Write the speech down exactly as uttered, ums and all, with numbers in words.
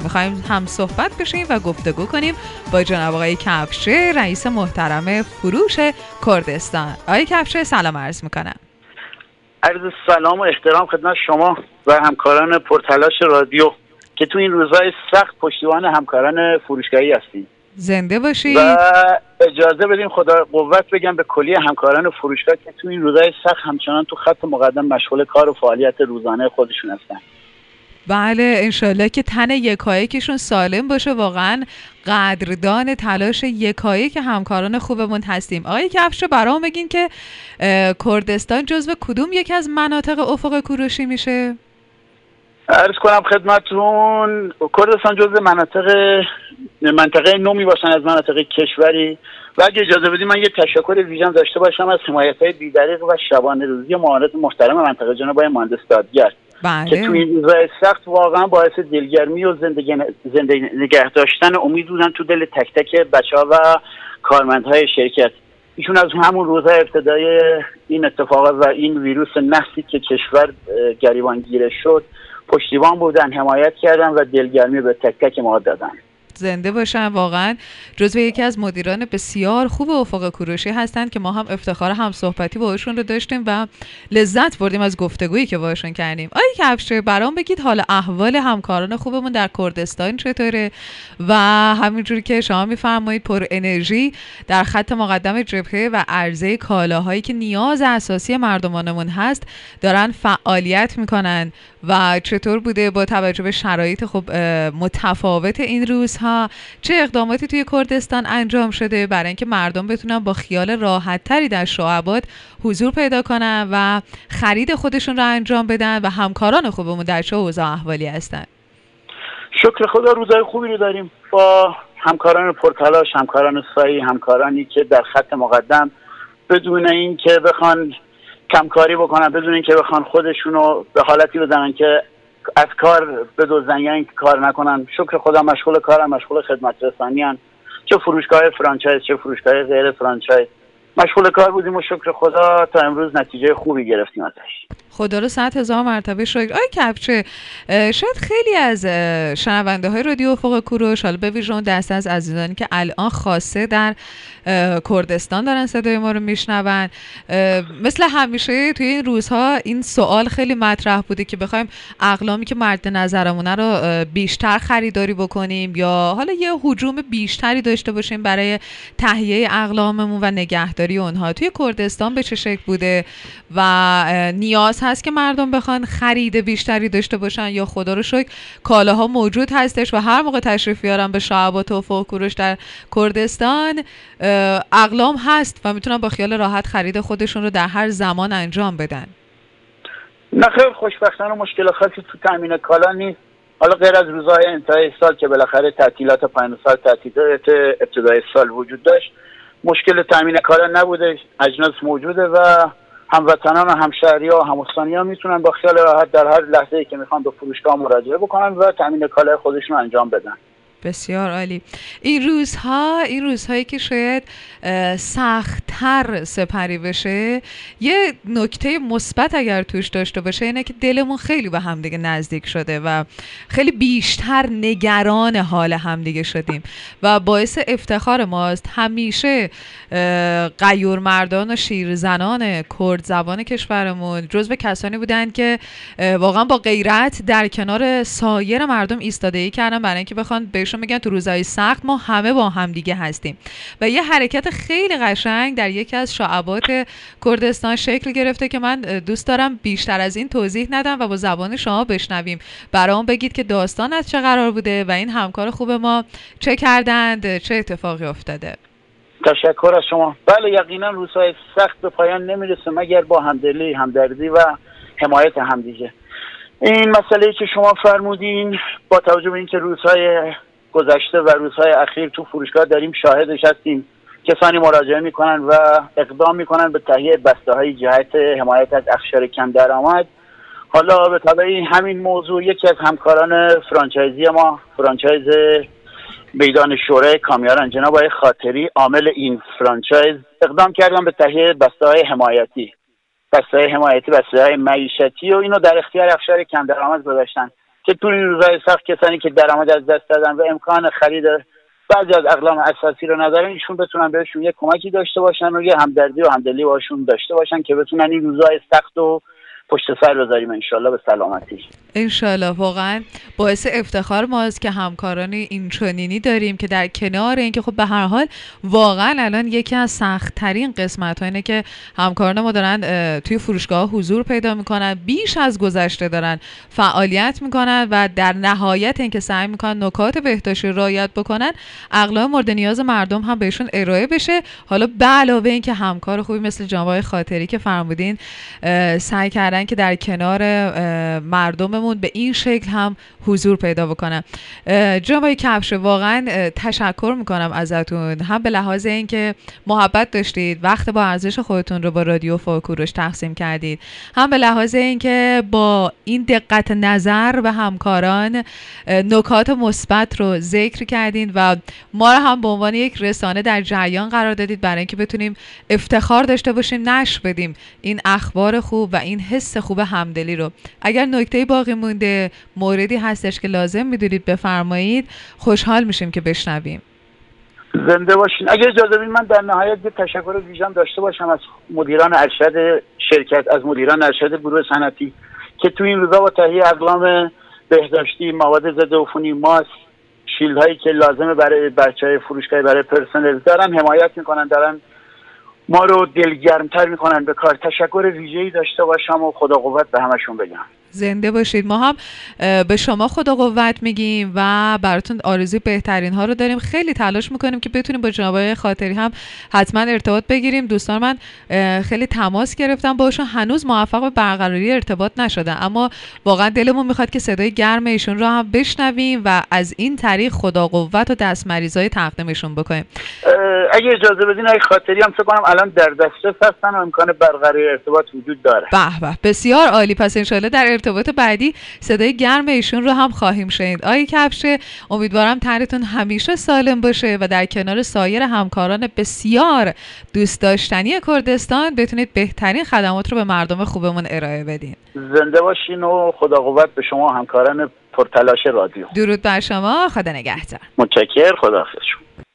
میخوایم هم صحبت بشیم و گفتگو کنیم با جناب آقای کفشه، رئیس محترم فروش کردستان. آقای کفشه سلام عرض میکنم. عرض سلام و احترام خدمت شما و همکاران پرتلاش رادیو که تو این روزهای سخت پشتیبان همکاران فروشگاهی هستیم. زنده باشید. و اجازه بدیم خدا قوت بگم به کلیه همکاران فروشگاه که تو این روزهای سخت همچنان تو خط مقدم مشغول کار و فعالیت روزانه خودشون هستن. بله انشالله که تن یکایکشون سالم باشه. واقعا قدردان تلاش یکایک همکاران خوبمون هستیم. آقای کفشه برام بگین که کردستان جزو کدوم یکی از مناطق افق کوروشی میشه؟ عرض کنم خدمتتون کردستان جزو مناطق منطقه نومی باشن از مناطق کشوری و اگه اجازه بدید من یه تشکر ویژه‌ام داشته باشم از حمایت‌های بی‌دریغ و شبانه روزی معاونت محترم منطقه جناب آقای مهندس دادگر بله. که تو این روزهای سخت واقعا باعث دلگرمی و زندگی زنده نگه داشتن امید بودن تو دل تک تک بچه‌ها و کارمندهای شرکت. ایشون از همون روزهای ابتدای این اتفاقات و این ویروس نحسی که کشور گریبانگیر شد پشتیبان بودن، حمایت کردن و دلگرمی به تک تک ما دادن. زنده باشن. واقعا جزو یکی از مدیران بسیار خوب افق کوروشی هستند که ما هم افتخار هم صحبتی باهاشون رو داشتیم و لذت بردیم از گفتگویی که باهاشون کردیم. آقای کفشه برام بگید حال احوال همکاران خوبمون در کردستان چطوره و همینجوری که شما میفرمایید پر انرژی در خط مقدم جبهه و عرضه کالاهایی که نیاز اساسی مردمانمون هست دارن فعالیت میکنن و چطور بوده با توجه به شرایط خب متفاوت این روزها چه اقداماتی توی کردستان انجام شده برای اینکه مردم بتونن با خیال راحت تری در شعبات حضور پیدا کنن و خرید خودشون رو انجام بدن و همکاران خوبمون در چه اوضاع احوالی هستن؟ شکر خدا روزای خوبی رو داریم با همکاران پرتلاش، همکاران سایی، همکارانی که در خط مقدم بدون این که بخوان کمکاری بکنن، بدون این که بخوان خودشونو به حالتی بزنن که از کار بدوزن یا اینکه کار نکنن. شکر خدا مشغول کارن، مشغول خدمت رسانی ان، چه فروشگاه فرانچایز چه فروشگاه غیر فرانچایز مشغول کار بودیم و شکر خدا تا امروز نتیجه خوبی گرفتیم ازش. خدا رو صد هزار مرتبه شکر. آی کفشه شاید خیلی از شنونده های رادیو افق کوروش حالا به ویژه اون دسته از عزیزانی که الان خاصه در کردستان دارن صدای ما رو میشنون مثل همیشه توی این روزها این سوال خیلی مطرح بوده که بخوایم اقلامی که مد نظرمونه رو بیشتر خریداری بکنیم یا حالا یه هجوم بیشتری داشته باشیم برای تهیه اقلاممون و نگهداری اونها. توی کردستان به چه شکل بوده و نیاز هست که مردم بخوان خرید بیشتری داشته باشن یا خدا رو شکر کالاها موجود هستش و هر موقع تشریف بیارن به شعبات افق کوروش در کردستان اقلام هست و میتونن با خیال راحت خرید خودشون رو در هر زمان انجام بدن؟ نه خیر، خوشبختانه مشکل خاصی تو تامین کالا نیست. حالا غیر از روزهای انتهای سال که بالاخره تعطیلات پایان سال، تعطیلات ابتدای سال وجود داشت، مشکل تامین کالا نبوده، اجناس موجوده و هموطنان و همشهری‌ها و هم‌استانی‌ها میتونن با خیال راحت در هر لحظه‌ای که میخوان به فروشگاه مراجعه بکنن و تامین کالای خودشون انجام بدن. بسیار عالی. این روزها این روزهایی که شاید سخت‌تر سپری بشه یه نکته مثبت اگر توش داشته باشه اینه که دلمون خیلی به همدیگه نزدیک شده و خیلی بیشتر نگران حال همدیگه شدیم و باعث افتخار ماست. همیشه غیور مردان و شیرزنان کرد زبان کشورمون جزو کسانی بودن که واقعا با غیرت در کنار سایر مردم ایستادگی کردن برای اینکه بخوان بهشون میگن تو روزهای سخت ما همه با هم دیگه هستیم و یه حرکت خیلی قشنگ در یکی از شعبات کردستان شکل گرفته که من دوست دارم بیشتر از این توضیح ندم و با زبان شما بشنویم. برام بگید که داستان از چه قرار بوده و این همکار خوب ما چه کردند، چه اتفاقی افتاده. تشکر از شما. بله یقینا روزهای سخت به پایان نمیرسه مگر با همدلی، همدردی و حمایت همدیگه. این مسئله که شما فرمودین با توجه به اینکه روزهای گذشته و روزهای اخیر تو فروشگاه داریم شاهدش هستیم، کسانی مراجعه میکنن و اقدام میکنن به تهیه بسته‌های جهت حمایت از اقشار کم درآمد. حالا به تبع همین موضوع یکی از همکاران فرانچایزی ما، فرانچایز میدان شورای کامیاران، جناب آقای خاطری، عامل این فرانچایز، اقدام کردن به تهیه بسته‌های حمایتی، بسته‌های حمایتی، بسته‌های معیشتی و اینو در اختیار اقشار کم درآمد گذاشتن که تو این روزهای سخت کسانی که درآمد از دست دادن و امکان خرید بعضی از اقلام اساسی رو ندارن، ایشون بتونن بهشون یه کمکی داشته باشن و یه همدردی و همدلی باشون داشته باشن که بتونن این روزهای سخت و پشت سر بذاریم انشالله به سلامتی. انشالله. واقعا باعث افتخار ماست که همکاران این چنینی داریم که در کنار اینکه خب به هر حال واقعا الان یکی از سخت ترین قسمت ها اینه که همکاران ما دارن توی فروشگاه حضور پیدا میکنن، بیش از گذشته دارن فعالیت میکنن و در نهایت اینکه سعی میکنن نکات بهداشتی رعایت بکنن، اقلام مورد نیاز مردم هم بهشون ارائه بشه. حالا به علاوه اینکه همکار خوبی مثل جناب خاطری که فرمودین سعی کردن که در کنار مردممون به این شکل هم حضور پیدا بکنن. جناب کفش، واقعا تشکر میکنم ازتون، هم به لحاظ اینکه محبت داشتید، وقت با ارزش خودتون رو با رادیو فولکلور تقسیم کردید، هم به لحاظ اینکه با این دقت نظر و همکاران نکات مثبت رو ذکر کردین و ما رو هم به عنوان یک رسانه در جریان قرار دادید برای اینکه بتونیم افتخار داشته باشیم، نشر بدیم این اخبار خوب و این حس خوب همدلی رو. اگر نکته باقی مونده، موردی هستش که لازم میدونید بفرمایید، خوشحال میشیم که بشنویم. زنده باشین. اگر اجازه بدید من در نهایت یه تشکر ویژه‌ام داشته باشم از مدیران ارشد شرکت، از مدیران ارشد گروه صنعتی که تو این روزا با تهیه اقلام بهداشتی، مواد ضد عفونی، ماسک، شیلد هایی که لازمه برای بچهای فروشگاه، برای پرسنل دارن حمایت میکنن، دارن ما رو دلگرمتر میکنن به کار. تشکر ویژه‌ای داشته باشم و خدا قوت به همشون بگم. زنده باشید. ما هم به شما خدا قوت میگیم و براتون آرزوی بهترین ها رو داریم. خیلی تلاش میکنیم که بتونیم با جناب خاطری هم حتما ارتباط بگیریم. دوستان من خیلی تماس گرفتم باشون، هنوز موفق به برقراری ارتباط نشدن، اما واقعا دلمون میخواد که صدای گرم ایشون رو هم بشنویم و از این طریق خدا قوت و دست مریضای تقدیمشون بکنیم. اگه اجازه بدین آقای خاطری هم فکر کنم الان در دسترس هستن و امکان برقراری ارتباط وجود داره. به به، بسیار عالی. پس انشالله در ارتباط بعدی صدای گرم ایشون رو هم خواهیم شنید. آقای کفش، امیدوارم تنتون همیشه سالم باشه و در کنار سایر همکاران بسیار دوست داشتنی کردستان بتونید بهترین خدمات رو به مردم خوبمون ارائه بدین. زنده باشین و خدا قوت به شما همکاران پرتلاش رادیو. درود بر شما، خدا نگهدار. متشکرم، خداحافظ.